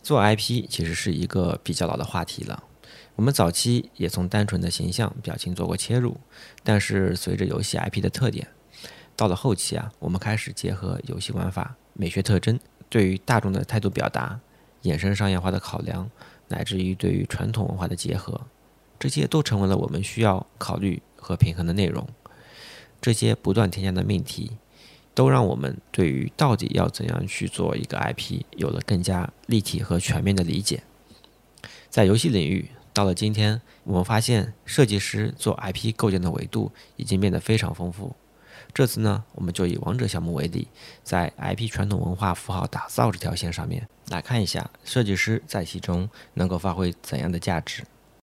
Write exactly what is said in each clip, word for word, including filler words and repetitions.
做 I P 其实是一个比较老的话题了，我们早期也从单纯的形象表情做过切入，但是随着游戏 I P 的特点，到了后期啊，我们开始结合游戏玩法、美学特征，对于大众的态度表达、衍生商业化的考量，乃至于对于传统文化的结合，这些都成为了我们需要考虑和平衡的内容。这些不断添加的命题，都让我们对于到底要怎样去做一个 I P 有了更加立体和全面的理解。在游戏领域，到了今天，我们发现设计师做 I P 构建的维度已经变得非常丰富。这次呢，我们就以王者项目为例，在 I P 传统文化符号打造这条线上面来看一下设计师在其中能够发挥怎样的价值。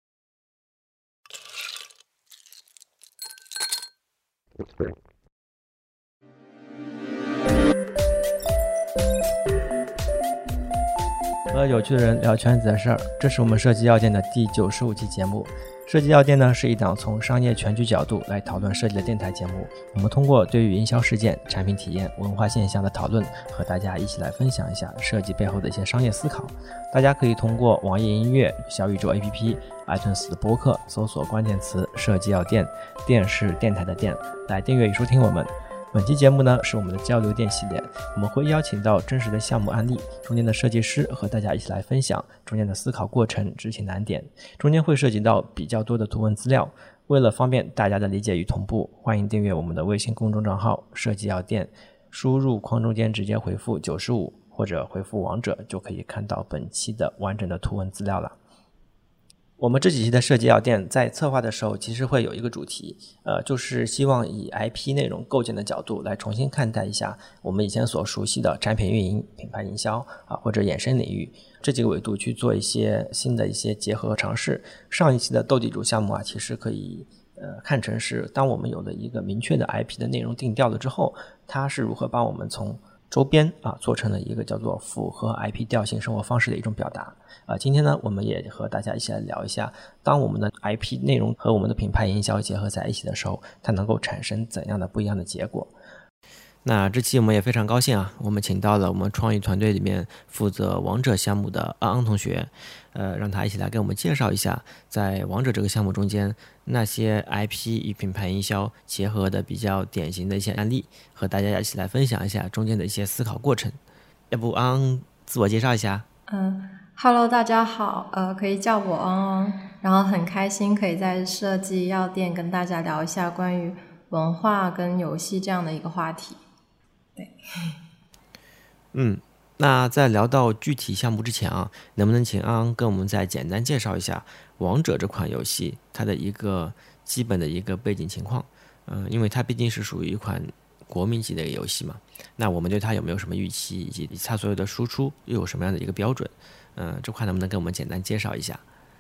和有趣的人聊圈子的事儿，这是我们设计药店的第九十五期节目。设计药店呢是一档从商业全局角度来讨论设计的电台节目。我们通过对于营销事件、产品体验、文化现象的讨论，和大家一起来分享一下设计背后的一些商业思考。大家可以通过网易音乐、小宇宙 A P P、iTunes 的播客搜索关键词“设计药店”，电是电台的电，来订阅与收听我们。本期节目呢是我们的交流店系列，我们会邀请到真实的项目案例，中间的设计师和大家一起来分享中间的思考过程、执行难点，中间会涉及到比较多的图文资料。为了方便大家的理解与同步，欢迎订阅我们的微信公众账号设计药店，输入框中间直接回复九十五或者回复王者，就可以看到本期的完整的图文资料了。我们这几期的设计药店在策划的时候其实会有一个主题，呃，就是希望以 I P 内容构建的角度来重新看待一下我们以前所熟悉的产品运营、品牌营销啊，或者衍生领域这几个维度去做一些新的一些结合和尝试。上一期的斗地主项目啊，其实可以呃看成是当我们有了一个明确的 I P 的内容定调了之后，它是如何帮我们从周边啊做成了一个叫做符合 I P 调性生活方式的一种表达。啊，今天呢，我们也和大家一起来聊一下，当我们的 I P 内容和我们的品牌营销结合在一起的时候，它能够产生怎样的不一样的结果。那这期我们也非常高兴啊，我们请到了我们创意团队里面负责王者项目的安安同学，呃，让他一起来给我们介绍一下，在王者这个项目中间那些 I P 与品牌营销结合的比较典型的一些案例，和大家一起来分享一下中间的一些思考过程。要不安安自我介绍一下？ 嗯 ，Hello， 大家好，呃，可以叫我安安，然后很开心可以在设计药店跟大家聊一下关于文化跟游戏这样的一个话题。对， 嗯，那在聊到具体项目之前啊，能不能请安安跟我们再简单介绍一下王者这款游戏它的一个基本的一个背景情况？嗯、呃，因为它毕竟是属于一款国民级的一个游戏嘛，那我们对它有没有什么预期，以及它所有的输出又有什么样的一个标准？嗯、呃，这块能不能跟我们简单介绍一下？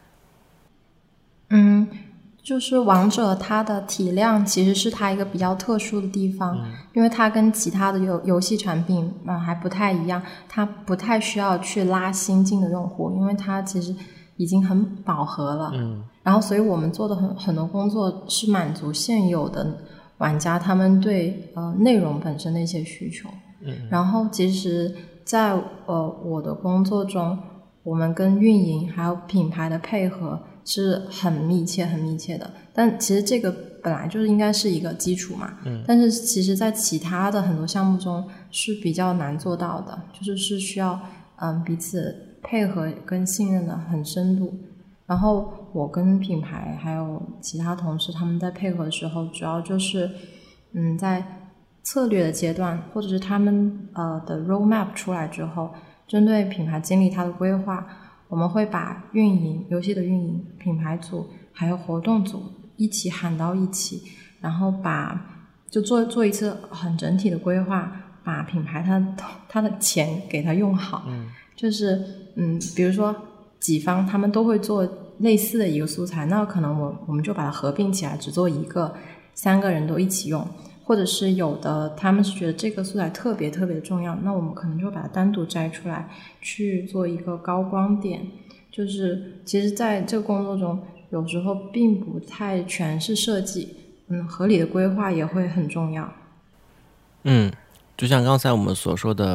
嗯，就是王者它的体量其实是它一个比较特殊的地方，嗯、因为它跟其他的游游戏产品啊、呃、还不太一样，它不太需要去拉新进的用户，因为它其实已经很饱和了。嗯，然后所以我们做的很很多工作是满足现有的玩家他们对呃内容本身的一些需求。嗯，然后其实在呃我的工作中，我们跟运营还有品牌的配合是很密切很密切的，但其实这个本来就是应该是一个基础嘛。嗯，但是其实在其他的很多项目中是比较难做到的，就是是需要嗯彼此配合跟信任的很深度。然后我跟品牌还有其他同事他们在配合的时候，主要就是嗯在策略的阶段，或者是他们呃的 roadmap 出来之后，针对品牌经理他的规划，我们会把运营、游戏的运营、品牌组还有活动组一起喊到一起，然后把就做做一次很整体的规划，把品牌它它的钱给它用好。嗯，就是嗯，比如说几方他们都会做类似的一个素材，那可能我我们就把它合并起来，只做一个，三个人都一起用。或者是有的他们是觉得这个素材特别特别的重要，那我们可能就把它单独摘出来去做一个高光点。就是其实在这个工作中有时候并不太全是设计，嗯，合理的规划也会很重要。 嗯，就像刚才我们所说的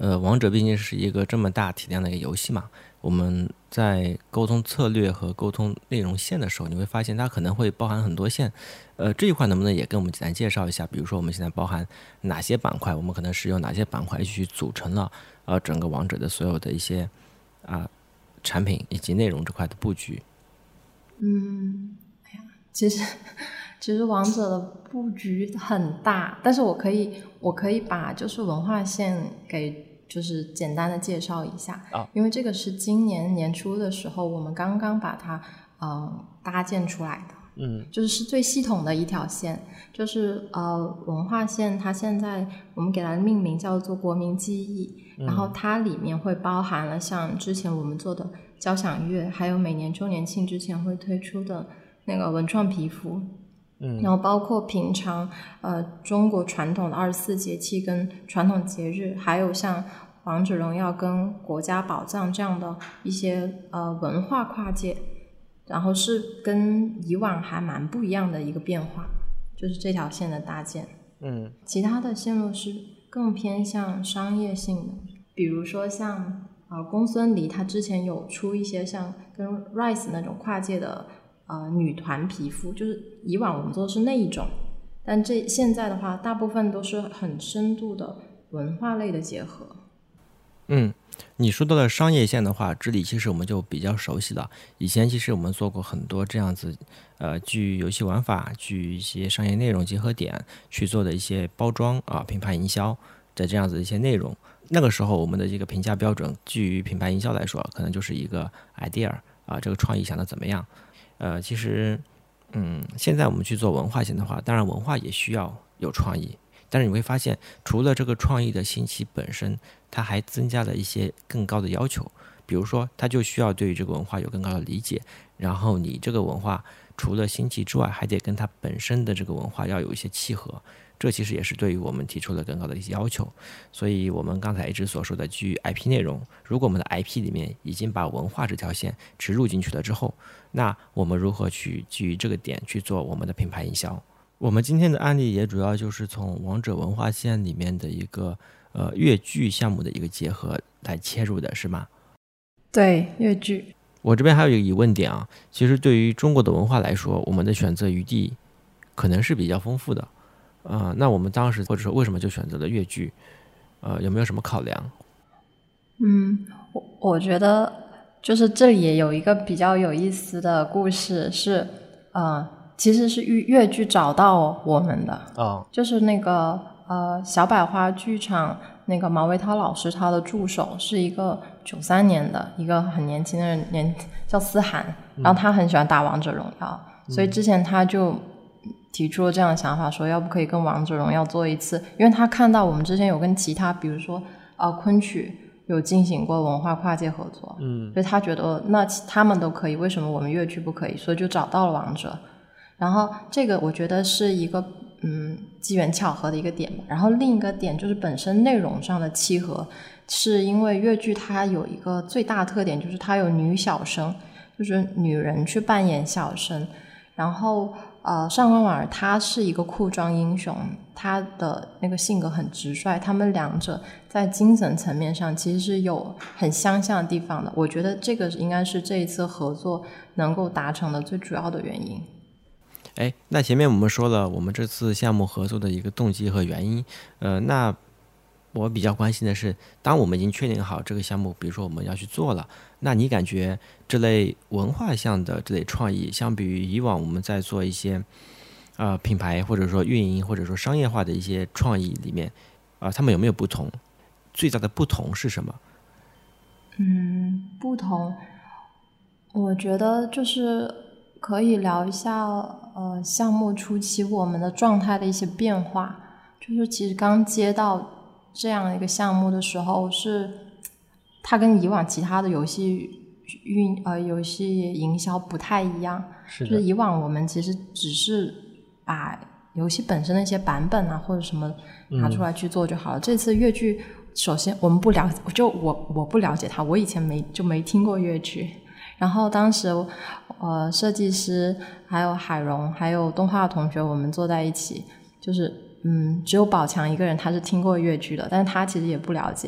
呃，王者毕竟是一个这么大体量的一个游戏嘛，我们在沟通策略和沟通内容线的时候，你会发现它可能会包含很多线。呃，这一块能不能也跟我们简单介绍一下？比如说我们现在包含哪些板块，我们可能是用哪些板块去组成了呃整个王者的所有的一些啊、呃、产品以及内容这块的布局。 嗯，哎呀，其实其实王者的布局很大，但是我可以我可以把就是文化线给就是简单的介绍一下， 哦、 因为这个是今年年初的时候我们刚刚把它呃搭建出来的。 嗯， 就是是最系统的一条线，就是呃文化线，它现在我们给它的命名叫做国民记忆、嗯、然后它里面会包含了像之前我们做的交响乐，还有每年周年庆之前会推出的那个文创皮肤，嗯，然后包括平常呃中国传统的二十四节气跟传统节日，还有像王者荣耀跟国家宝藏这样的一些呃文化跨界，然后是跟以往还蛮不一样的一个变化，就是这条线的搭建。嗯，其他的线路是更偏向商业性的，比如说像呃公孙离他之前有出一些像跟 Rise 那种跨界的呃女团皮肤，就是以往我们做的是那一种，但这现在的话大部分都是很深度的文化类的结合。 嗯，你说到了商业线的话，这里其实我们就比较熟悉了。以前其实我们做过很多这样子，呃，基于游戏玩法、基于一些商业内容结合点去做的一些包装啊、品牌营销的这样子的一些内容。那个时候我们的这个评价标准，基于品牌营销来说，可能就是一个 idea 啊，这个创意想的怎么样？呃，其实，嗯，现在我们去做文化线的话，当然文化也需要有创意。但是你会发现，除了这个创意的兴起本身，它还增加了一些更高的要求。比如说，它就需要对于这个文化有更高的理解，然后你这个文化除了兴起之外，还得跟它本身的这个文化要有一些契合。这其实也是对于我们提出了更高的一些要求。所以我们刚才一直所说的基于 I P 内容，如果我们的 I P 里面已经把文化这条线植入进去了之后，那我们如何去基于这个点去做我们的品牌营销？我们今天的案例也主要就是从王者文化线里面的一个呃越剧项目的一个结合来切入的，是吗？ 对，越剧。 我这边还有一个疑问点啊，其实对于中国的文化来说，我们的选择余地可能是比较丰富的，呃，那我们当时或者说为什么就选择了越剧？呃，有没有什么考量？ 嗯，我我觉得就是这里也有一个比较有意思的故事是，呃。其实是越剧找到我们的，哦，就是那个呃小百花剧场那个毛维涛老师，他的助手是一个九三年的一个很年轻的人，年叫思涵，嗯，然后他很喜欢打王者荣耀，嗯，所以之前他就提出了这样的想法，说要不可以跟王者荣耀做一次，因为他看到我们之前有跟其他比如说呃昆曲有进行过文化跨界合作，嗯，所以他觉得那他们都可以，为什么我们越剧不可以？所以就找到了王者。然后这个我觉得是一个嗯机缘巧合的一个点吧。然后另一个点就是本身内容上的契合，是因为越剧它有一个最大特点，就是它有女小生，就是女人去扮演小生。然后呃上官婉儿她是一个裤装英雄，她的那个性格很直率，他们两者在精神层面上其实是有很相像的地方的。我觉得这个应该是这一次合作能够达成的最主要的原因。 哎，那前面我们说了我们这次项目合作的一个动机和原因，呃，那我比较关心的是，当我们已经确定好这个项目，比如说我们要去做了，那你感觉这类文化项的这类创意，相比于以往我们在做一些呃品牌或者说运营或者说商业化的一些创意里面，啊、呃，他们有没有不同？最大的不同是什么？ 嗯，不同，我觉得就是可以聊一下呃项目初期我们的状态的一些变化。就是其实刚接到这样一个项目的时候，是它跟以往其他的游戏运呃游戏营销不太一样。 是的， 就是以往我们其实只是把游戏本身的一些版本啊或者什么拿出来去做就好了。嗯、这次越剧，首先我们不了解，就我我不了解它，我以前没就没听过越剧。然后当时呃设计师还有海荣还有动画同学，我们坐在一起，就是嗯只有宝强一个人他是听过越剧的，但是他其实也不了解，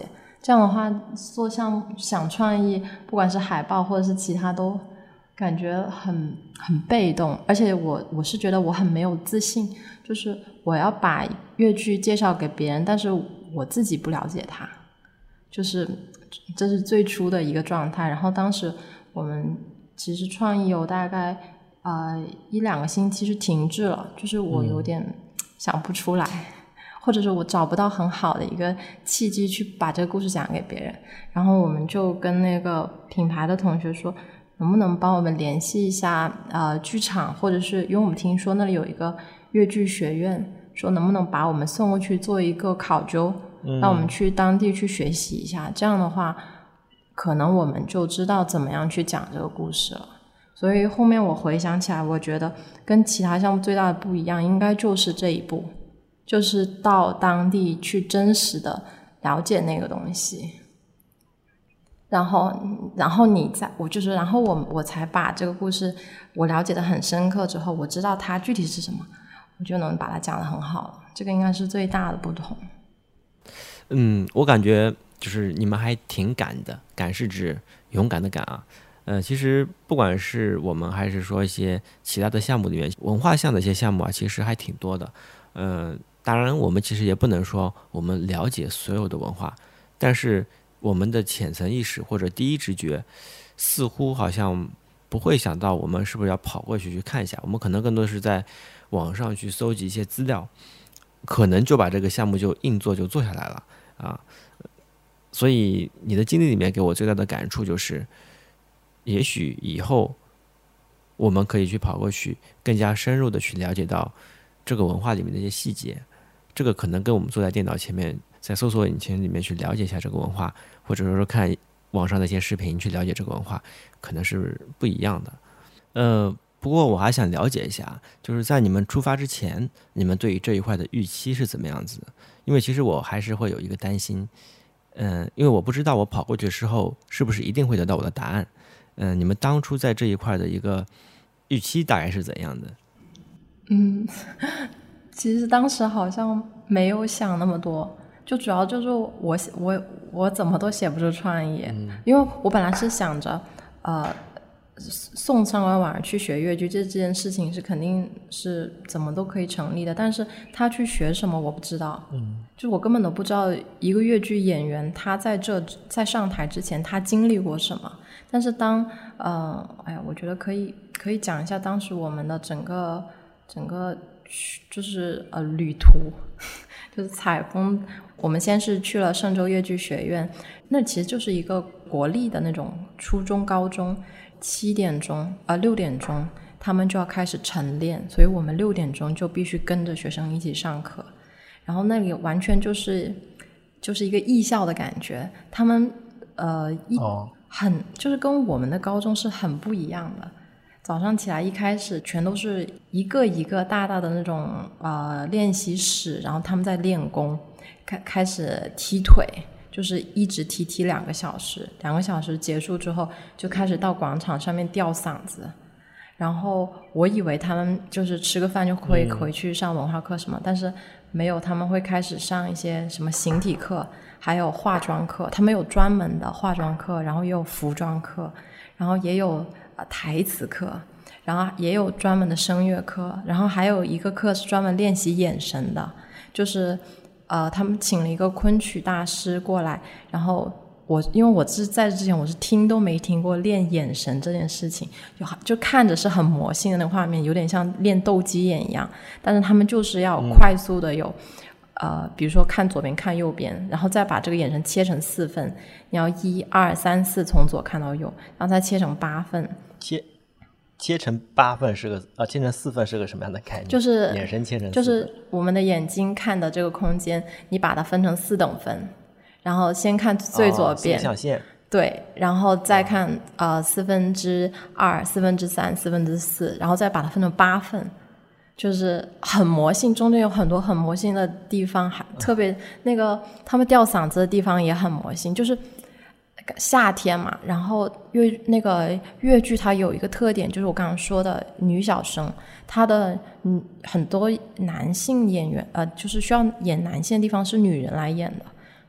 这样的话做项想创意，不管是海报或者是其他，都感觉很很被动，而且我我是觉得我很没有自信，就是我要把粤剧介绍给别人，但是我自己不了解它，就是这是最初的一个状态。然后当时我们其实创意有大概呃一两个星期是停滞了，就是我有点想不出来、嗯、或者是我找不到很好的一个契机去把这个故事讲给别人。然后我们就跟那个品牌的同学说，能不能帮我们联系一下呃剧场，或者是因为我们听说那里有一个粤剧学院，说能不能把我们送过去做一个考究、嗯、让我们去当地去学习一下，这样的话可能我们就知道怎么样去讲这个故事了。所以后面我回想起来，我觉得跟其他项目最大的不一样应该就是这一步，就是到当地去真实的了解那个东西，然后然后你再我就是然后我我才把这个故事我了解的很深刻之后，我知道它具体是什么，我就能把它讲得很好了。这个应该是最大的不同。 嗯，我感觉就是你们还挺敢的，敢是指勇敢的敢啊。呃，其实不管是我们还是说一些其他的项目里面，文化项的一些项目啊，其实还挺多的。呃，当然我们其实也不能说我们了解所有的文化，但是我们的浅层意识或者第一直觉，似乎好像不会想到我们是不是要跑过去去看一下，我们可能更多是在网上去搜集一些资料，可能就把这个项目就硬做就做下来了啊。所以你的经历里面给我最大的感触就是，也许以后我们可以去跑过去更加深入的去了解到这个文化里面的一些细节，这个可能跟我们坐在电脑前面在搜索引擎里面去了解一下这个文化，或者说看网上的一些视频去了解这个文化，可能是不一样的。呃，不过我还想了解一下，就是在你们出发之前，你们对于这一块的预期是怎么样子的？因为其实我还是会有一个担心，嗯、呃，因为我不知道我跑过去之后是不是一定会得到我的答案。嗯、呃，你们当初在这一块的一个预期大概是怎样的？ 嗯，其实当时好像没有想那么多，就主要就是我我我怎么都写不出创意、嗯、因为我本来是想着呃送上官婉儿去学越剧这件事情是肯定是怎么都可以成立的，但是他去学什么我不知道，嗯，就我根本都不知道一个越剧演员他在这在上台之前他经历过什么。但是当呃哎呀我觉得可以可以讲一下当时我们的整个整个就是呃旅途就是采风，我们先是去了嵊州越剧学院，那其实就是一个国立的那种初中高中，七点钟呃六点钟他们就要开始晨练，所以我们六点钟就必须跟着学生一起上课，然后那里完全就是就是一个艺校的感觉，他们呃一、哦、很就是跟我们的高中是很不一样的。早上起来一开始全都是一个一个大大的那种呃练习室，然后他们在练功，开开始踢腿，就是一直踢踢两个小时，两个小时结束之后就开始到广场上面吊嗓子，然后我以为他们就是吃个饭就会回去上文化课什么、嗯、但是没有，他们会开始上一些什么形体课，还有化妆课，他们有专门的化妆课，然后也有服装课，然后也有呃台词课，然后也有专门的声乐课，然后还有一个课是专门练习眼神的，就是呃他们请了一个昆曲大师过来，然后我因为我是在之前我是听都没听过练眼神这件事情，就就看着是很魔性的那个画面，有点像练斗鸡眼一样，但是他们就是要快速的有、嗯、呃，比如说看左边看右边，然后再把这个眼神切成四份，你要一二三四从左看到右，然后再切成八份。 切切成八份是个呃，切成四份是个什么样的概念？ 就是眼神切成四份， 就是我们的眼睛看的这个空间，你把它分成四等份，然后先看最左边， 哦、四象限， 对，然后再看、哦、呃四分之二、四分之三、四分之四，然后再把它分成八份。就是很魔性，中间有很多很魔性的地方，还特别那个他们吊嗓子的地方也很魔性，就是夏天嘛，然后越那个越剧它有一个特点，就是我刚刚说的女小生，她的嗯很多男性演员呃就是需要演男性的地方是女人来演的，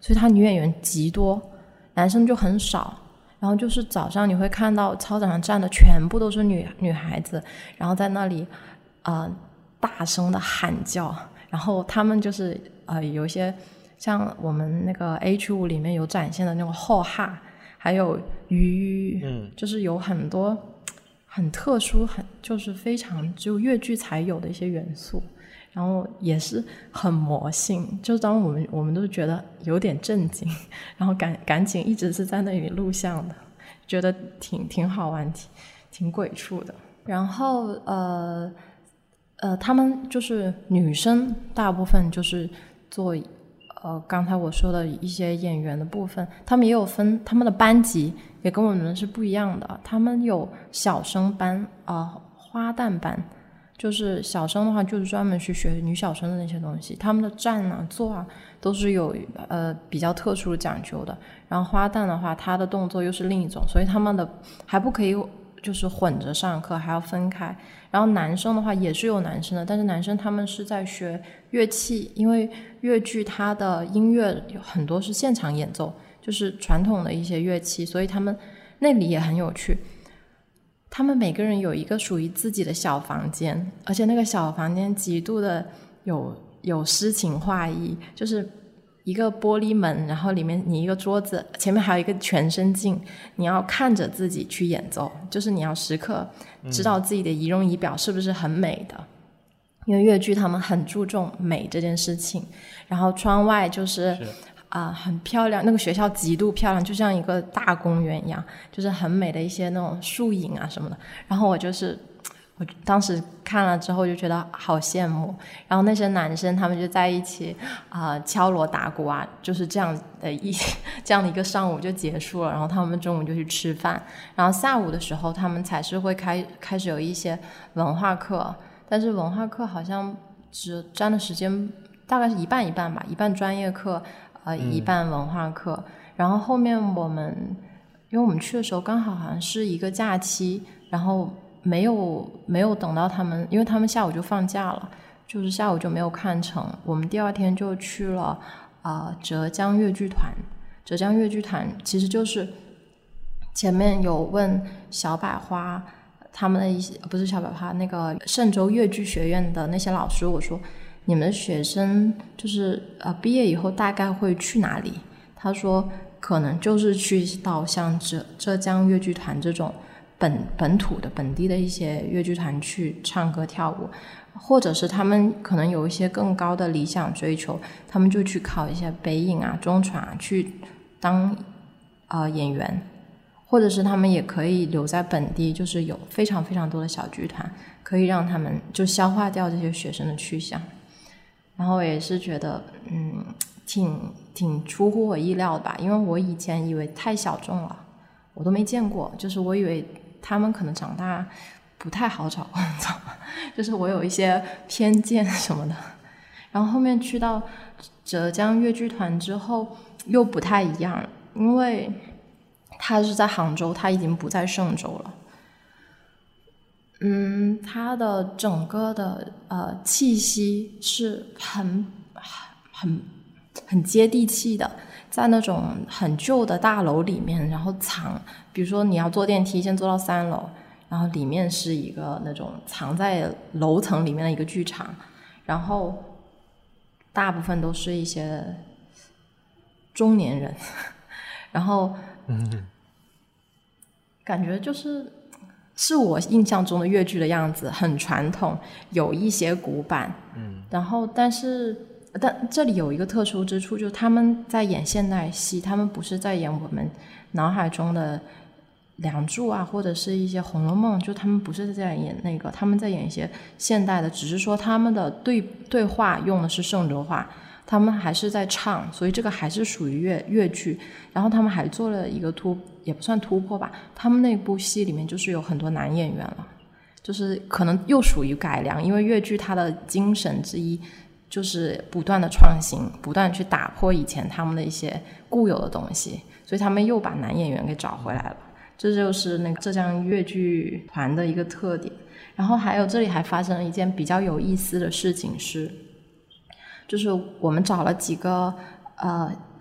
所以他女演员极多，男生就很少。然后就是早上你会看到操场上站的全部都是女女孩子，然后在那里呃大声的喊叫，然后他们就是呃有一些像我们那个 H 五 里面有展现的那种后哈，还有鱼， 嗯， 就是有很多很特殊很就是非常只有粤剧才有的一些元素，然后也是很魔性，就当我们我们都觉得有点震惊，然后赶赶紧一直是在那里录像的，觉得挺挺好玩，挺挺鬼畜的。然后呃呃，他们就是女生大部分就是做呃刚才我说的一些演员的部分，他们也有分他们的班级，也跟我们是不一样的。他们有小生班啊、呃、花旦班。就是小生的话就是专门去学女小生的那些东西，他们的站啊坐啊都是有呃比较特殊的讲究的。然后花旦的话他的动作又是另一种，所以他们的还不可以就是混着上课，还要分开。然后男生的话也是有男生的，但是男生他们是在学乐器，因为粤剧它的音乐有很多是现场演奏，就是传统的一些乐器，所以他们那里也很有趣。他们每个人有一个属于自己的小房间，而且那个小房间极度的有有诗情画意，就是一个玻璃门，然后里面你一个桌子，前面还有一个全身镜，你要看着自己去演奏，就是你要时刻知道自己的仪容仪表是不是很美的、嗯、因为粤剧他们很注重美这件事情。然后窗外就是啊、呃，很漂亮，那个学校极度漂亮，就像一个大公园一样，就是很美的一些那种树影啊什么的。然后我就是我当时看了之后就觉得好羡慕，然后那些男生他们就在一起啊、呃、敲锣打鼓啊，就是这样的一这样的一个上午就结束了。然后他们中午就去吃饭，然后下午的时候他们才是会开开始有一些文化课，但是文化课好像只占的时间大概是一半一半吧，一半专业课呃，一半文化课、嗯、然后后面我们因为我们去的时候刚好好像是一个假期，然后没有没有等到他们，因为他们下午就放假了，就是下午就没有看成。我们第二天就去了啊、呃、浙江粤剧团。浙江粤剧团其实就是前面有问小百花他们的一些，不是小百花，那个嵊州粤剧学院的那些老师，我说你们的学生就是呃毕业以后大概会去哪里？他说可能就是去到像浙浙江粤剧团这种本本土的本地的一些粤剧团去唱歌跳舞，或者是他们可能有一些更高的理想追求，他们就去考一些北影啊、中传啊，去当呃演员，或者是他们也可以留在本地，就是有非常非常多的小剧团，可以让他们就消化掉这些学生的去向。然后也是觉得嗯挺挺出乎我意料的吧，因为我以前以为太小众了，我都没见过，就是我以为他们可能长大不太好找工作，就是我有一些偏见什么的。然后后面去到浙江粤剧团之后又不太一样，因为他是在杭州，他已经不在嵊州了。嗯，它的整个的呃气息是很很很接地气的，在那种很旧的大楼里面，然后藏，比如说你要坐电梯先坐到三楼，然后里面是一个那种藏在楼层里面的一个剧场，然后大部分都是一些中年人，然后嗯，感觉就是是我印象中的粤剧的样子，很传统，有一些古板，嗯，然后但是但这里有一个特殊之处，就是他们在演现代戏，他们不是在演我们脑海中的梁祝啊，或者是一些红楼梦，就他们不是在演那个，他们在演一些现代的，只是说他们的对对话用的是嵊州话，他们还是在唱，所以这个还是属于粤粤剧。然后他们还做了一个突，也不算突破吧，他们那部戏里面就是有很多男演员了，就是可能又属于改良，因为粤剧它的精神之一就是不断的创新，不断去打破以前他们的一些固有的东西，所以他们又把男演员给找回来了，这就是那个浙江粤剧团的一个特点。然后还有这里还发生了一件比较有意思的事情是，就是我们找了几个呃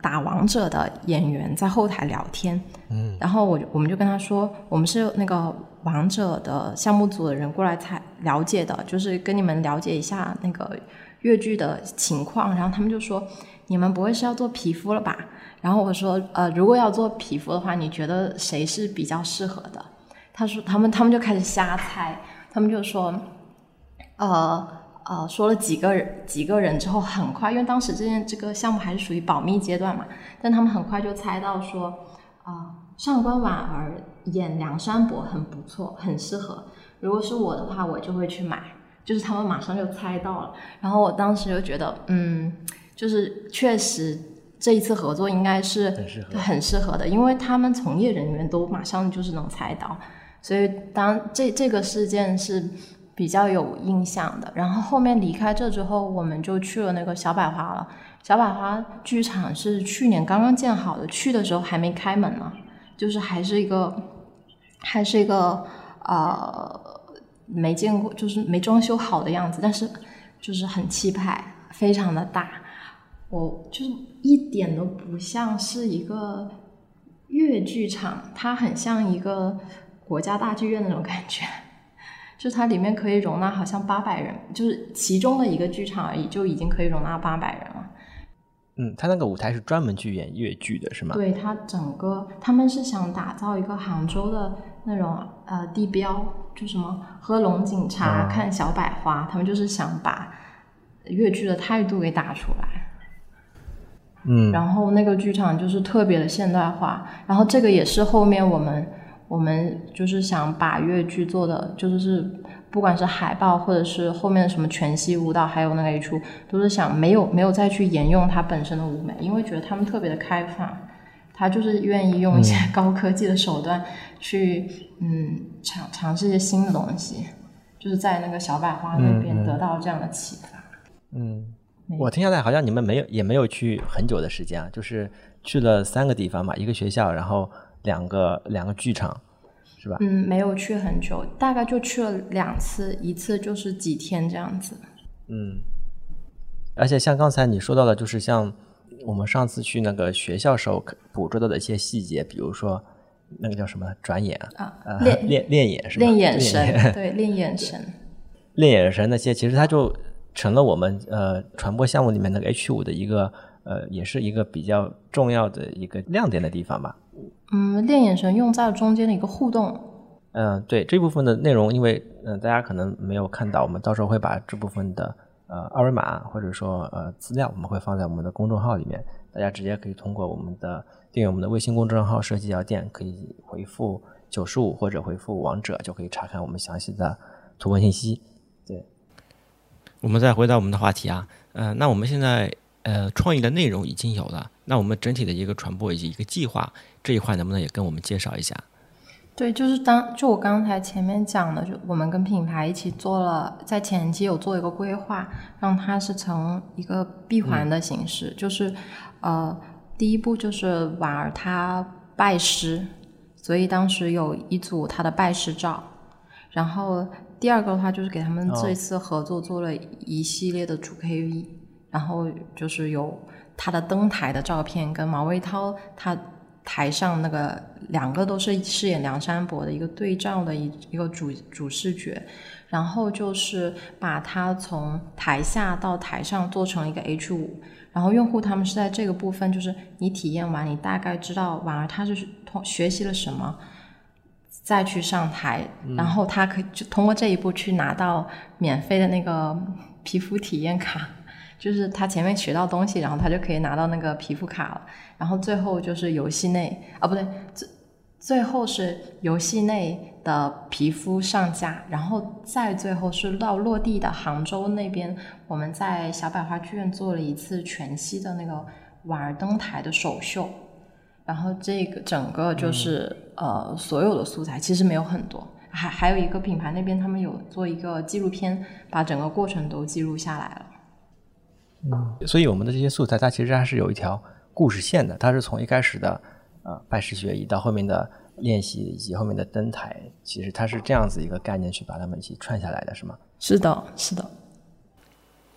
打王者的演员在后台聊天，嗯，然后我我们就跟他说，我们是那个王者的项目组的人过来才了解的，就是跟你们了解一下那个越剧的情况。然后他们就说，你们不会是要做皮肤了吧？然后我说，呃，如果要做皮肤的话，你觉得谁是比较适合的？他说，他们他们就开始瞎猜，他们就说，呃呃，说了几个人几个人之后，很快，因为当时这件这个项目还是属于保密阶段嘛，但他们很快就猜到说，啊、呃，上官婉儿演梁山伯很不错，很适合。如果是我的话，我就会去买。就是他们马上就猜到了，然后我当时就觉得，嗯，就是确实。这一次合作应该是很适合很适合的，因为他们从业人员都马上就是能猜到，所以当这这个事件是比较有印象的。然后后面离开这之后，我们就去了那个小百花了。小百花剧场是去年刚刚建好的，去的时候还没开门呢，就是还是一个还是一个呃没见过，就是没装修好的样子，但是就是很气派，非常的大。我就是一点都不像是一个粤剧场，它很像一个国家大剧院那种感觉，就是它里面可以容纳好像八百人，就是其中的一个剧场而已，就已经可以容纳八百人了。 嗯，它那个舞台是专门去演粤剧的是吗？ 对，它整个他们是想打造一个杭州的那种呃地标，就什么喝龙井茶、嗯、看小百花，他们就是想把粤剧的态度给打出来。嗯，然后那个剧场就是特别的现代化，然后这个也是后面我们我们就是想把粤剧做的，就是不管是海报或者是后面什么全息舞蹈，还有那个一出，都是想没有没有再去沿用它本身的舞美，因为觉得他们特别的开放，他就是愿意用一些高科技的手段去嗯尝尝试一些新的东西，就是在那个小百花那边得到这样的启发。 嗯。嗯我听下来好像你们没有也没有去很久的时间啊，就是去了三个地方嘛，一个学校，然后两个两个剧场，是吧？ 嗯，没有去很久，大概就去了两次，一次就是几天这样子。 嗯，而且像刚才你说到的，就是像我们上次去那个学校时候捕捉到的一些细节，比如说那个叫什么转眼啊， 呃、练练练眼是吧？ 练眼神，对，练眼神， 练眼神那些，其实它就成了我们呃传播项目里面那个 H 五的一个呃，也是一个比较重要的一个亮点的地方吧。 嗯，练眼神用在了中间的一个互动。 嗯、呃，对这部分的内容，因为嗯、呃、大家可能没有看到，我们到时候会把这部分的呃二维码或者说呃资料，我们会放在我们的公众号里面，大家直接可以通过我们的订阅我们的微信公众号设计药店，可以回复九十五或者回复王者，就可以查看我们详细的图文信息。对。 我们再回到我们的话题啊，呃，那我们现在呃创意的内容已经有了，那我们整体的一个传播以及一个计划这一块能不能也跟我们介绍一下？ 对，就是当就我刚才前面讲的，就我们跟品牌一起做了，在前期有做一个规划，让它是成一个闭环的形式，嗯、就是呃第一步就是婉儿她拜师，所以当时有一组她的拜师照，然后。第二个的话就是给他们这一次合作做了一系列的主 K V、哦、然后就是有他的登台的照片跟毛卫涛他台上那个两个都是饰演梁山伯的一个对照的一一个主主视觉，然后就是把他从台下到台上做成一个 H 五， 然后用户他们是在这个部分，就是你体验完你大概知道婉儿他是通学习了什么，再去上台，然后他可以就通过这一步去拿到免费的那个皮肤体验卡，就是他前面学到东西，然后他就可以拿到那个皮肤卡了。然后最后就是游戏内啊，不对，最最后是游戏内的皮肤上架，然后再最后是到落地的杭州那边，我们在小百花剧院做了一次全息的那个婉儿登台的首秀。然后这个整个就是、嗯、呃所有的素材其实没有很多，还还有一个品牌那边他们有做一个纪录片，把整个过程都记录下来了。 嗯，所以我们的这些素材它其实还是有一条故事线的，它是从一开始的呃拜师学艺到后面的练习以及后面的登台，其实它是这样子一个概念去把它们一起串下来的，是吗？ 是的，是的。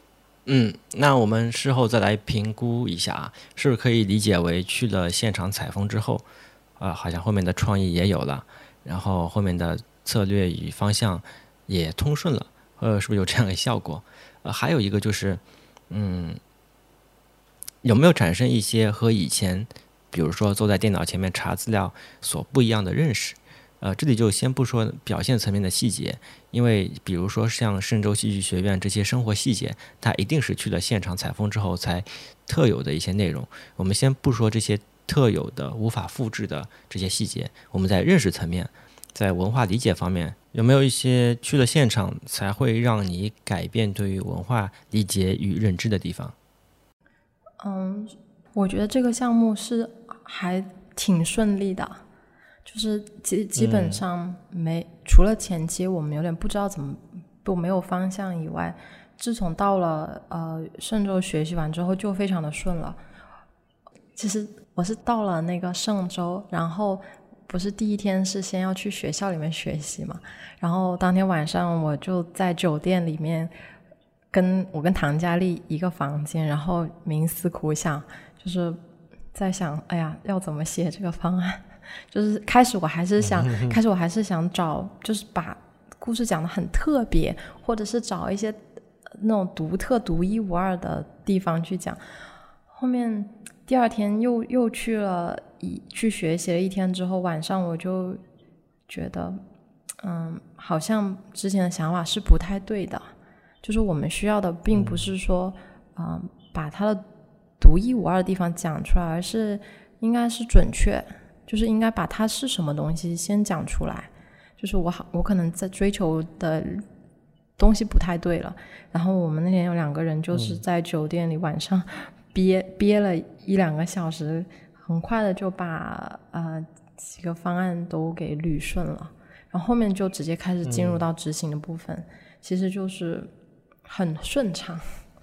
嗯，那我们事后再来评估一下啊，是不是可以理解为去了现场采风之后，呃，好像后面的创意也有了，然后后面的策略与方向也通顺了，呃，是不是有这样的效果？呃，还有一个就是，嗯，有没有产生一些和以前，比如说坐在电脑前面查资料所不一样的认识？呃，这里就先不说表现层面的细节，因为比如说像嵊州戏剧学院这些生活细节，它一定是去了现场采风之后才特有的一些内容。我们先不说这些特有的无法复制的这些细节，我们在认识层面，在文化理解方面，有没有一些去了现场才会让你改变对于文化理解与认知的地方？ 嗯，我觉得这个项目是还挺顺利的。就是基基本上没、嗯、除了前期我们有点不知道怎么不没有方向以外，自从到了呃嵊州学习完之后就非常的顺了。其实我是到了那个嵊州，然后不是第一天是先要去学校里面学习嘛，然后当天晚上我就在酒店里面跟我跟唐佳丽一个房间，然后冥思苦想，就是在想哎呀要怎么写这个方案。就是开始我还是想开始我还是想找就是把故事讲得很特别，或者是找一些那种独特独一无二的地方去讲。后面第二天又又去了一去学习了一天之后，晚上我就觉得嗯，好像之前的想法是不太对的，就是我们需要的并不是说嗯，把它的独一无二的地方讲出来，而是应该是准确，就是应该把它是什么东西先讲出来。就是我好，我可能在追求的东西不太对了。然后我们那天有两个人就是在酒店里晚上憋、嗯、憋了一两个小时，很快的就把呃几个方案都给捋顺了。然后后面就直接开始进入到执行的部分，嗯、其实就是很顺畅。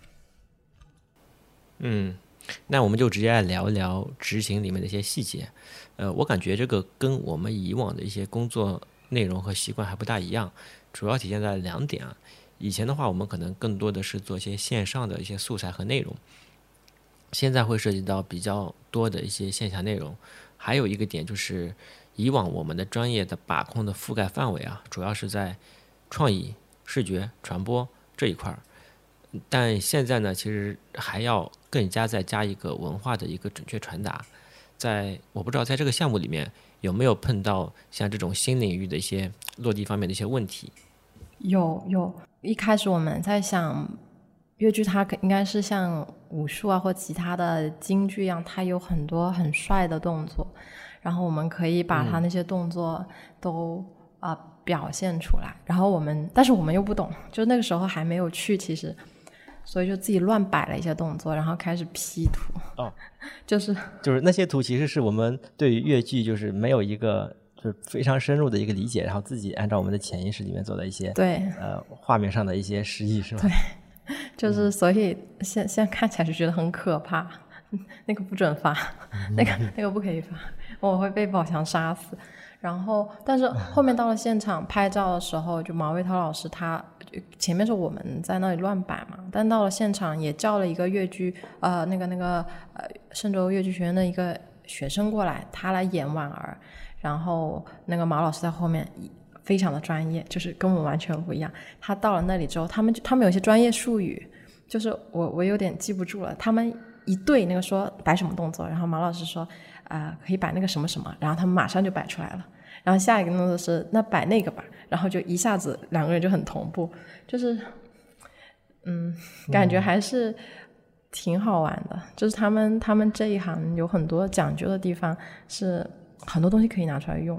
嗯。那我们就直接来聊一聊执行里面的一些细节。呃，我感觉这个跟我们以往的一些工作内容和习惯还不大一样，主要体现在两点啊。以前的话，我们可能更多的是做一些线上的一些素材和内容，现在会涉及到比较多的一些线下内容。还有一个点就是，以往我们的专业的把控的覆盖范围啊，主要是在创意、视觉、传播这一块儿。但现在呢，其实还要更加再加一个文化的一个准确传达。在我不知道在这个项目里面有没有碰到像这种新领域的一些落地方面的一些问题？ 有有，一开始我们在想，越剧它应该是像武术啊或其他的京剧一样，它有很多很帅的动作，然后我们可以把它那些动作都啊、嗯呃、表现出来。然后我们，但是我们又不懂，就那个时候还没有去，其实。所以就自己乱摆了一些动作，然后开始 P 图。 哦， 就是就是那些图其实是我们对于越剧就是没有一个就是非常深入的一个理解，然后自己按照我们的潜意识里面做的一些对呃画面上的一些示意，是吧？ 对，就是所以现现在看起来就觉得很可怕。那个不准发，那个那个不可以发，我会被宝强杀死。然后，但是后面到了现场拍照的时候，就毛卫涛老师他前面是我们在那里乱摆嘛，但到了现场也叫了一个越剧呃那个那个呃嵊州越剧学院的一个学生过来，他来演婉儿，然后那个毛老师在后面非常的专业，就是跟我们完全不一样。他到了那里之后，他们他们有些专业术语，就是我我有点记不住了，他们一对那个说摆什么动作，然后毛老师说呃可以摆那个什么什么，然后他们马上就摆出来了。然后下一个动作是那摆那个吧，然后就一下子两个人就很同步，就是嗯感觉还是挺好玩的、嗯、就是他们他们这一行有很多讲究的地方，是很多东西可以拿出来用、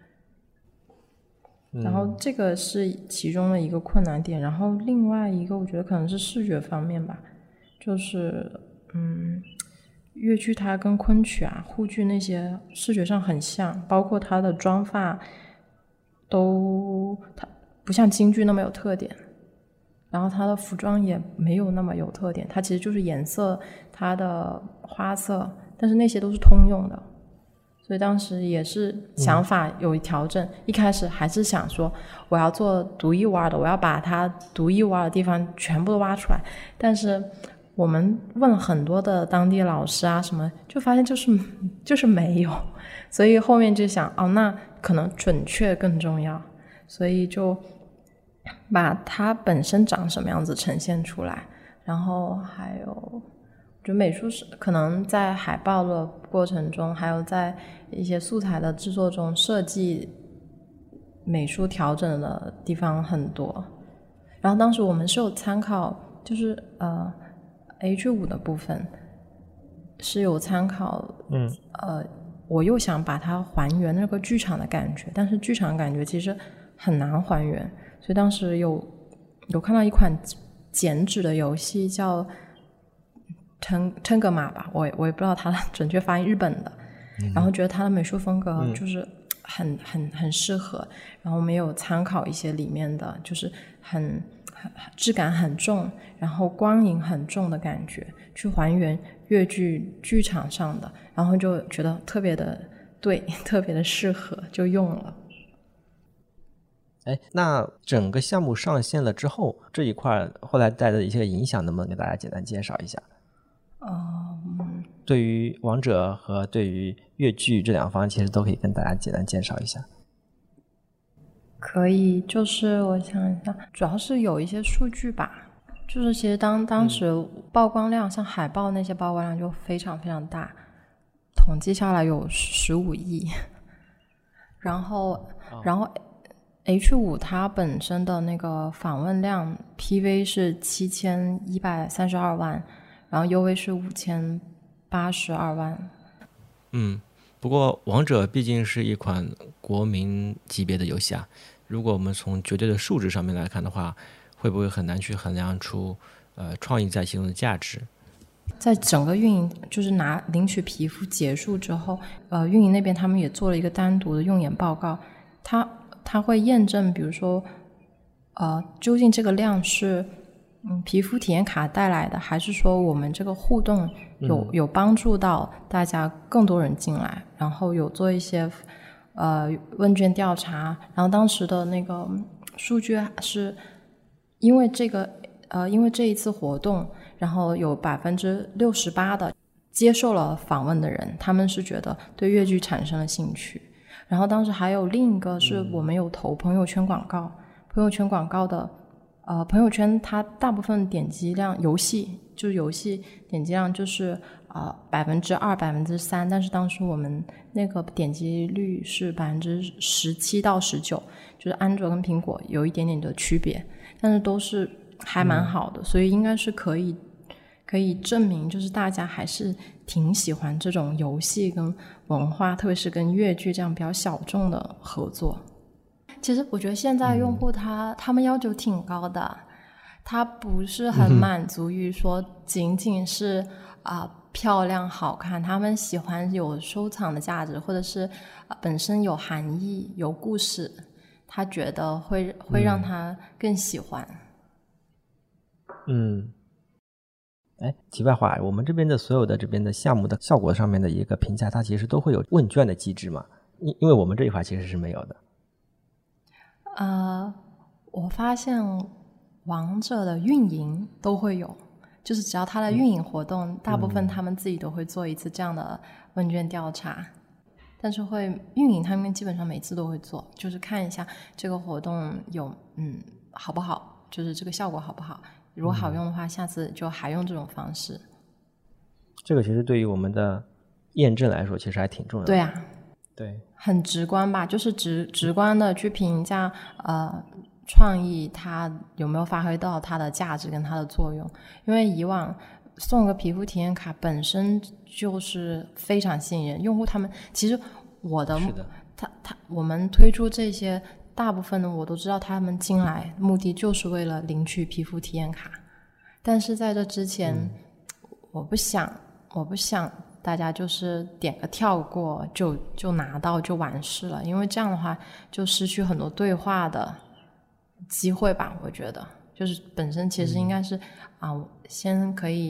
嗯、然后这个是其中的一个困难点。然后另外一个我觉得可能是视觉方面吧，就是嗯越剧它跟昆曲啊沪剧那些视觉上很像，包括它的妆发都它不像京剧那么有特点，然后它的服装也没有那么有特点，它其实就是颜色它的花色，但是那些都是通用的， 所以当时也是想法有调整、嗯、一开始还是想说我要做独一无二的，我要把它独一无二的地方全部都挖出来，但是我们问了很多的当地老师啊什么，就发现就是就是没有，所以后面就想哦，那可能准确更重要，所以就把它本身长什么样子呈现出来。然后还有我觉得美术是可能在海报的过程中，还有在一些素材的制作中，设计美术调整的地方很多。然后当时我们是有参考，就是呃 H 五 的部分是有参考， 嗯， 呃，我又想把它还原那个剧场的感觉，但是剧场感觉其实很难还原，所以当时有有看到一款剪纸的游戏叫腾腾格玛吧，我我也不知道它的准确发音，日本的、嗯、然后觉得它的美术风格就是很、嗯、很很适合，然后我们有参考一些里面的就是很很质感很重，然后光影很重的感觉去还原越剧剧场上的，然后就觉得特别的对，特别的适合，就用了。 哎，那整个项目上线了之后，这一块后来带来的一些影响，能不能给大家简单介绍一下？ 嗯， 对于王者和对于越剧这两方，其实都可以跟大家简单介绍一下。 可以，就是我想一下，主要是有一些数据吧，就是其实当当时曝光量、嗯、像海报那些曝光量就非常非常大，统计下来有十五亿，然后、哦、然后 H 五 它本身的那个访问量 P V 是七千一百三十二万，然后 U V 是五千八十二万。 嗯，不过王者毕竟是一款国民级别的游戏啊，如果我们从绝对的数值上面来看的话，会不会很难去衡量出呃创意在其中的价值？ 在整个运营就是拿领取皮肤结束之后，呃，运营那边他们也做了一个单独的用眼报告，它它会验证，比如说，呃，究竟这个量是嗯皮肤体验卡带来的，还是说我们这个互动有、嗯、有帮助到大家更多人进来，然后有做一些呃问卷调查，然后当时的那个数据是因为这个呃因为这一次活动，然后有百分之六十八的接受了访问的人，他们是觉得对越剧产生了兴趣。然后当时还有另一个是我们有投朋友圈广告，嗯、朋友圈广告的呃朋友圈它大部分点击量，游戏就是游戏点击量就是呃百分之二百分之三，但是当时我们那个点击率是百分之十七到十九，就是安卓跟苹果有一点点的区别，但是都是还蛮好的，嗯、所以应该是可以可以证明，就是大家还是挺喜欢这种游戏跟文化，特别是跟越剧这样比较小众的合作。其实我觉得现在用户他、嗯、他们要求挺高的，他不是很满足于说仅仅是啊、呃、漂亮好看，他们喜欢有收藏的价值，或者是、呃、本身有含义有故事，他觉得会会让他更喜欢。 嗯，哎，题外话，我们这边的所有的这边的项目的效果上面的一个评价，它其实都会有问卷的机制嘛？因因为我们这一块其实是没有的。 呃，我发现王者的运营都会有，就是只要他的运营活动、嗯、大部分他们自己都会做一次这样的问卷调查、嗯、但是会运营他们基本上每次都会做，就是看一下这个活动有嗯好不好，就是这个效果好不好，如果好用的话、嗯、下次就还用这种方式。 这个其实对于我们的验证来说其实还挺重要的。 对啊， 对， 很直观吧，就是直直观的去评价呃创意它有没有发挥到它的价值跟它的作用。因为以往送个皮肤体验卡本身就是非常吸引人，用户他们其实我的是的他他我们推出这些大部分的我都知道他们进来目的就是为了领取皮肤体验卡，但是在这之前、嗯、我不想我不想大家就是点个跳过就就拿到就完事了，因为这样的话就失去很多对话的机会吧。我觉得就是本身其实应该是、嗯、啊，先可以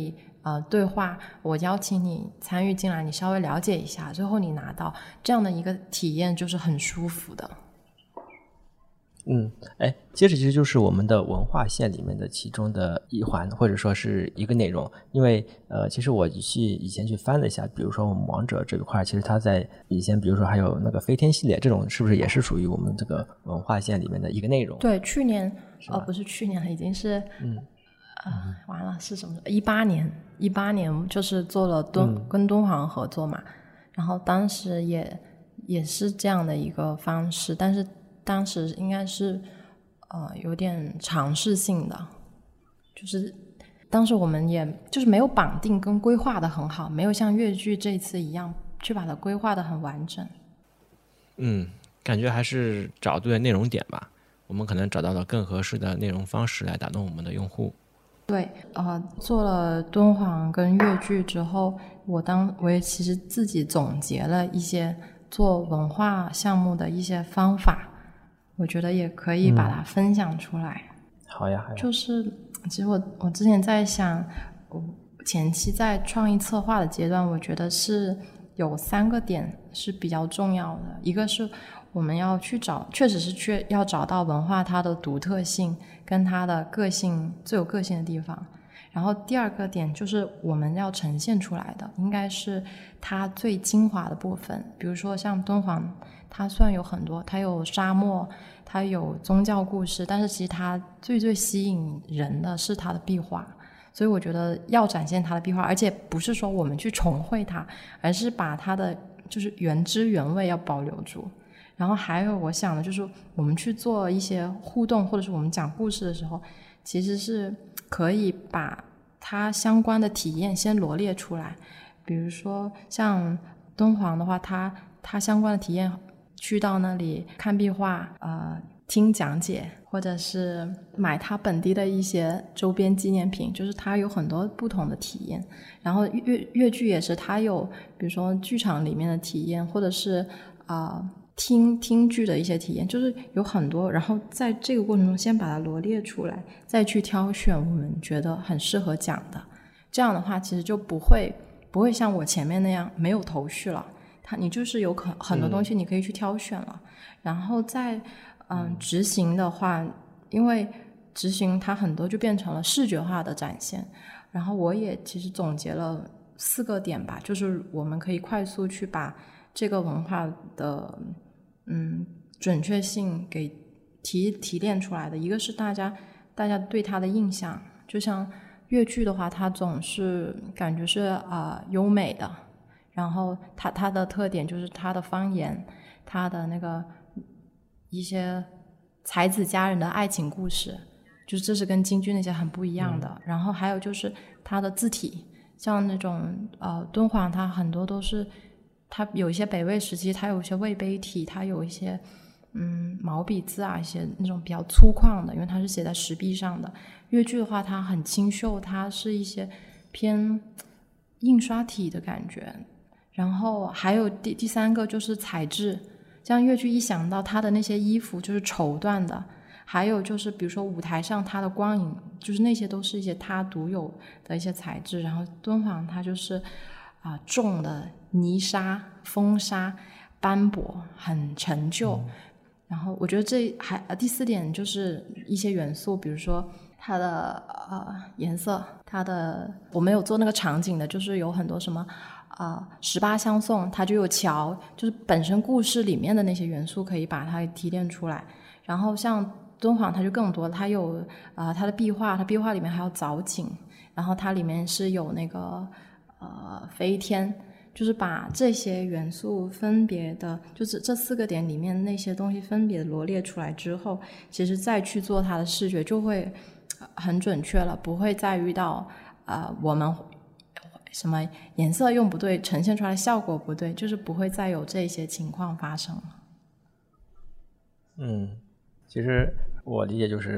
呃对话，我邀请你参与进来，你稍微了解一下，最后你拿到这样的一个体验，就是很舒服的。 嗯，哎，接着其实就是我们的文化线里面的其中的一环，或者说是一个内容。因为呃，其实我去以前去翻了一下，比如说我们王者这一块，其实它在以前，比如说还有那个飞天系列，这种是不是也是属于我们这个文化线里面的一个内容？ 对，去年哦，不是去年了，已经是嗯呃，完了是什么？一八年，一八年就是做了敦、嗯、跟敦煌合作嘛，然后当时也也是这样的一个方式，但是。当时应该是呃有点尝试性的，就是当时我们也就是没有绑定跟规划的很好，没有像越剧这次一样去把它规划的很完整。 嗯，感觉还是找对了内容点吧，我们可能找到了更合适的内容方式来打动我们的用户。 对，呃，做了敦煌跟越剧之后，我当我也其实自己总结了一些做文化项目的一些方法。我觉得也可以把它分享出来。 嗯、好呀，好呀。 就是其实我我之前在想，我前期在创意策划的阶段，我觉得是有三个点是比较重要的。一个是我们要去找，确实是去要找到文化它的独特性跟它的个性最有个性的地方。然后第二个点就是我们要呈现出来的应该是它最精华的部分，比如说像敦煌，它虽然有很多，它有沙漠，它有宗教故事，但是其实它最最吸引人的是它的壁画，所以我觉得要展现它的壁画，而且不是说我们去重绘它，而是把它的就是原汁原味要保留住。然后还有我想的就是我们去做一些互动，或者是我们讲故事的时候，其实是可以把它相关的体验先罗列出来。比如说像敦煌的话，它它相关的体验，去到那里看壁画，呃，听讲解，或者是买它本地的一些周边纪念品，就是它有很多不同的体验。然后越越剧也是，它有比如说剧场里面的体验，或者是啊、呃、听听剧的一些体验，就是有很多。然后在这个过程中，先把它罗列出来，再去挑选我们觉得很适合讲的。这样的话，其实就不会不会像我前面那样没有头绪了。它你就是有可很多东西你可以去挑选了。嗯、然后在嗯执行的话，因为执行它很多就变成了视觉化的展现。然后我也其实总结了四个点吧，就是我们可以快速去把这个文化的嗯准确性给提提炼出来的。一个是大家大家对它的印象，就像越剧的话，它总是感觉是啊、呃、优美的，然后它它的特点就是它的方言，它的那个一些才子佳人的爱情故事，就是这是跟京剧那些很不一样的。嗯、然后还有就是它的字体，像那种呃敦煌，它很多都是它有一些北魏时期，它有一些魏碑体，它有一些嗯毛笔字啊，一些那种比较粗犷的，因为它是写在石壁上的。越剧的话，它很清秀，它是一些偏印刷体的感觉。然后还有第第三个就是材质，像越剧一想到它的那些衣服就是绸缎的，还有就是比如说舞台上它的光影，就是那些都是一些它独有的一些材质。然后敦煌它就是啊、呃、重的泥沙、风沙、斑驳，很陈旧。嗯、然后我觉得这还第四点就是一些元素，比如说它的呃颜色，它的我没有做那个场景的，就是有很多什么啊十八相送，它就有桥，就是本身故事里面的那些元素可以把它提炼出来。然后像敦煌它就更多，它有啊、呃、它的壁画，它壁画里面还有藻井，然后它里面是有那个呃飞天，就是把这些元素分别的，就是这四个点里面那些东西分别罗列出来之后，其实再去做它的视觉就会很准确了，不会再遇到呃我们什么颜色用不对，呈现出来效果不对，就是不会再有这些情况发生了。 嗯，其实我理解就是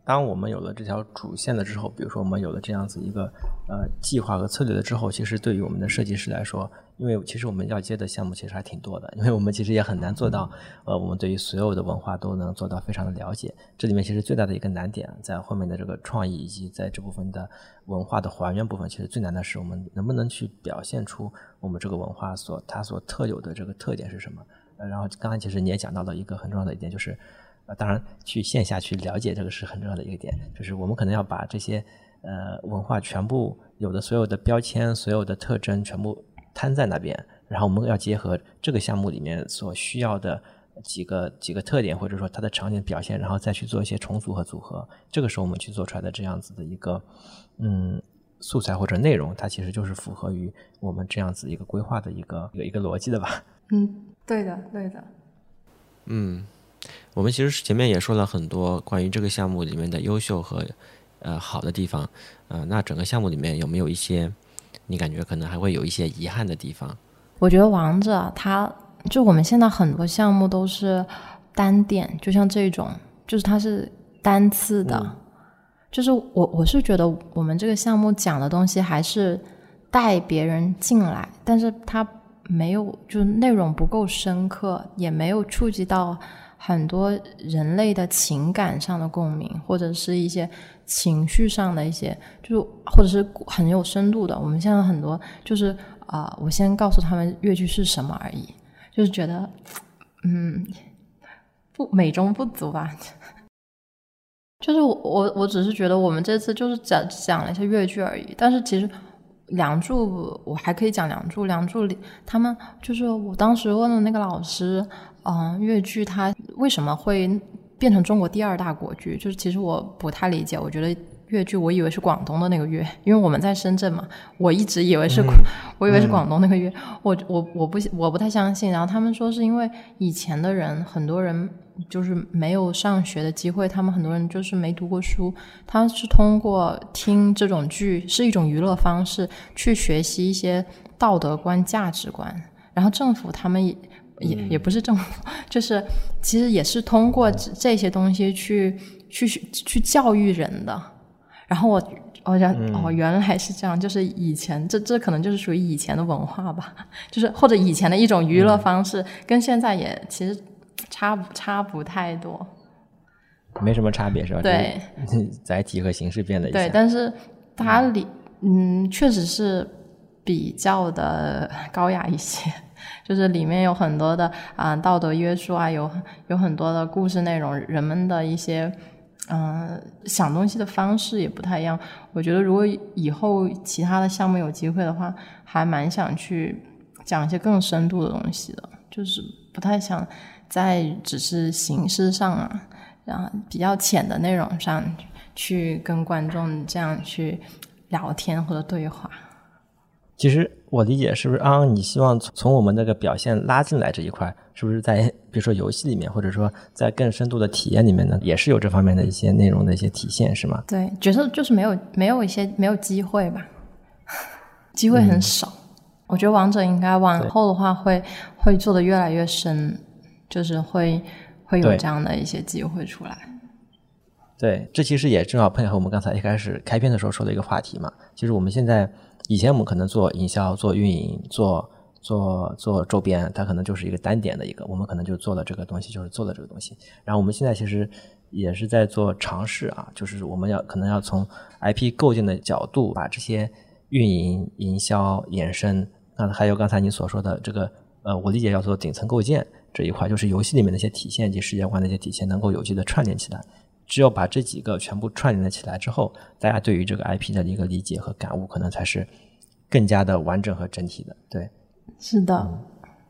当我们有了这条主线了之后，比如说我们有了这样子一个呃计划和策略了之后，其实对于我们的设计师来说，因为其实我们要接的项目其实还挺多的，因为我们其实也很难做到呃我们对于所有的文化都能做到非常的了解。这里面其实最大的一个难点在后面的这个创意以及在这部分的文化的还原部分，其实最难的是我们能不能去表现出我们这个文化所它所特有的这个特点是什么。呃、然后刚才其实你也讲到了一个很重要的一点，就是呃当然去线下去了解这个是很重要的一个点，就是我们可能要把这些呃文化全部有的所有的标签所有的特征全部摊在那边，然后我们要结合这个项目里面所需要的几个几个特点或者说它的场景表现，然后再去做一些重组和组合，这个时候我们去做出来的这样子的一个嗯素材或者内容，它其实就是符合于我们这样子一个规划的一个一个一个逻辑的吧。 嗯，对的对的。 嗯，我们其实前面也说了很多关于这个项目里面的优秀和呃好的地方，呃，那整个项目里面有没有一些你感觉可能还会有一些遗憾的地方？ 我觉得王者它就我们现在很多项目都是单点，就像这种就是它是单次的、嗯、就是我我是觉得我们这个项目讲的东西还是带别人进来，但是它没有就是内容不够深刻，也没有触及到很多人类的情感上的共鸣，或者是一些情绪上的一些，就是或者是很有深度的。我们现在很多就是啊、呃，我先告诉他们越剧是什么而已，就是觉得嗯不美中不足吧。就是我我只是觉得我们这次就是讲讲了一些越剧而已，但是其实梁祝我还可以讲梁祝梁祝他们就是我当时问了那个老师嗯、呃，越剧它为什么会变成中国第二大国剧，就是其实我不太理解。我觉得越剧我以为是广东的那个越，因为我们在深圳嘛，我一直以为是、嗯、我以为是广东那个越、嗯、我我我不我不太相信。然后他们说是因为以前的人很多人就是没有上学的机会，他们很多人就是没读过书，他是通过听这种剧是一种娱乐方式去学习一些道德观价值观，然后政府他们也也, 也不是政府，就是其实也是通过这些东西去去去教育人的。然后我我觉得、嗯、哦原来是这样，就是以前这这可能就是属于以前的文化吧，就是或者以前的一种娱乐方式、嗯、跟现在也其实差不差不太多， 没什么差别是吧？ 对， 载体和形式变了一下。 对，但是它里嗯确实是比较的高雅一些，就是里面有很多的啊、呃、道德约束啊，有有很多的故事内容，人们的一些嗯、呃、想东西的方式也不太一样。我觉得如果以后其他的项目有机会的话，还蛮想去讲一些更深度的东西的，就是不太想在只是形式上啊，然后比较浅的内容上去跟观众这样去聊天或者对话。 其实我理解是不是啊？你希望从我们那个表现拉进来这一块，是不是在比如说游戏里面，或者说在更深度的体验里面呢，也是有这方面的一些内容的一些体现，是吗？ 对，觉得就是没有没有一些没有机会吧，机会很少。嗯、我觉得王者应该往后的话会会做得越来越深，就是会会有这样的一些机会出来。 对，这其实也正好配合我们刚才一开始开篇的时候说的一个话题嘛。其实我们现在以前我们可能做营销、做运营、做做做周边，它可能就是一个单点的一个，我们可能就做了这个东西，就是做了这个东西。然后我们现在其实也是在做尝试啊，就是我们要可能要从 I P 构建的角度，把这些运营、营销、衍生，那还有刚才你所说的这个呃，我理解叫做顶层构建这一块，就是游戏里面的一些体现及世界观的一些体现，能够有机的串联起来。只有把这几个全部串联了起来之后，大家对于这个 I P 的一个理解和感悟可能才是更加的完整和整体的。对， 是的、 嗯、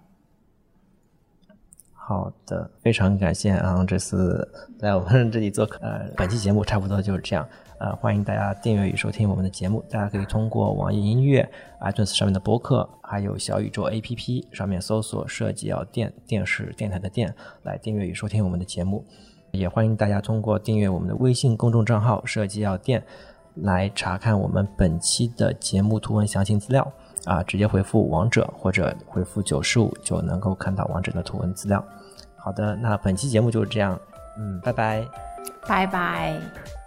好的，非常感谢啊，这次在我们这里做客。呃，本期节目差不多就是这样。呃，欢迎大家订阅与收听我们的节目，大家可以通过网易音乐、iTunes 上面的播客，还有小宇宙 A P P 上面搜索设计药店，电视电台的电，来订阅与收听我们的节目。也欢迎大家通过订阅我们的微信公众账号设计药店来查看我们本期的节目图文详情资料啊，直接回复王者或者回复九十五就能够看到王者的图文资料。好的，那本期节目就是这样，嗯，拜拜， 拜拜。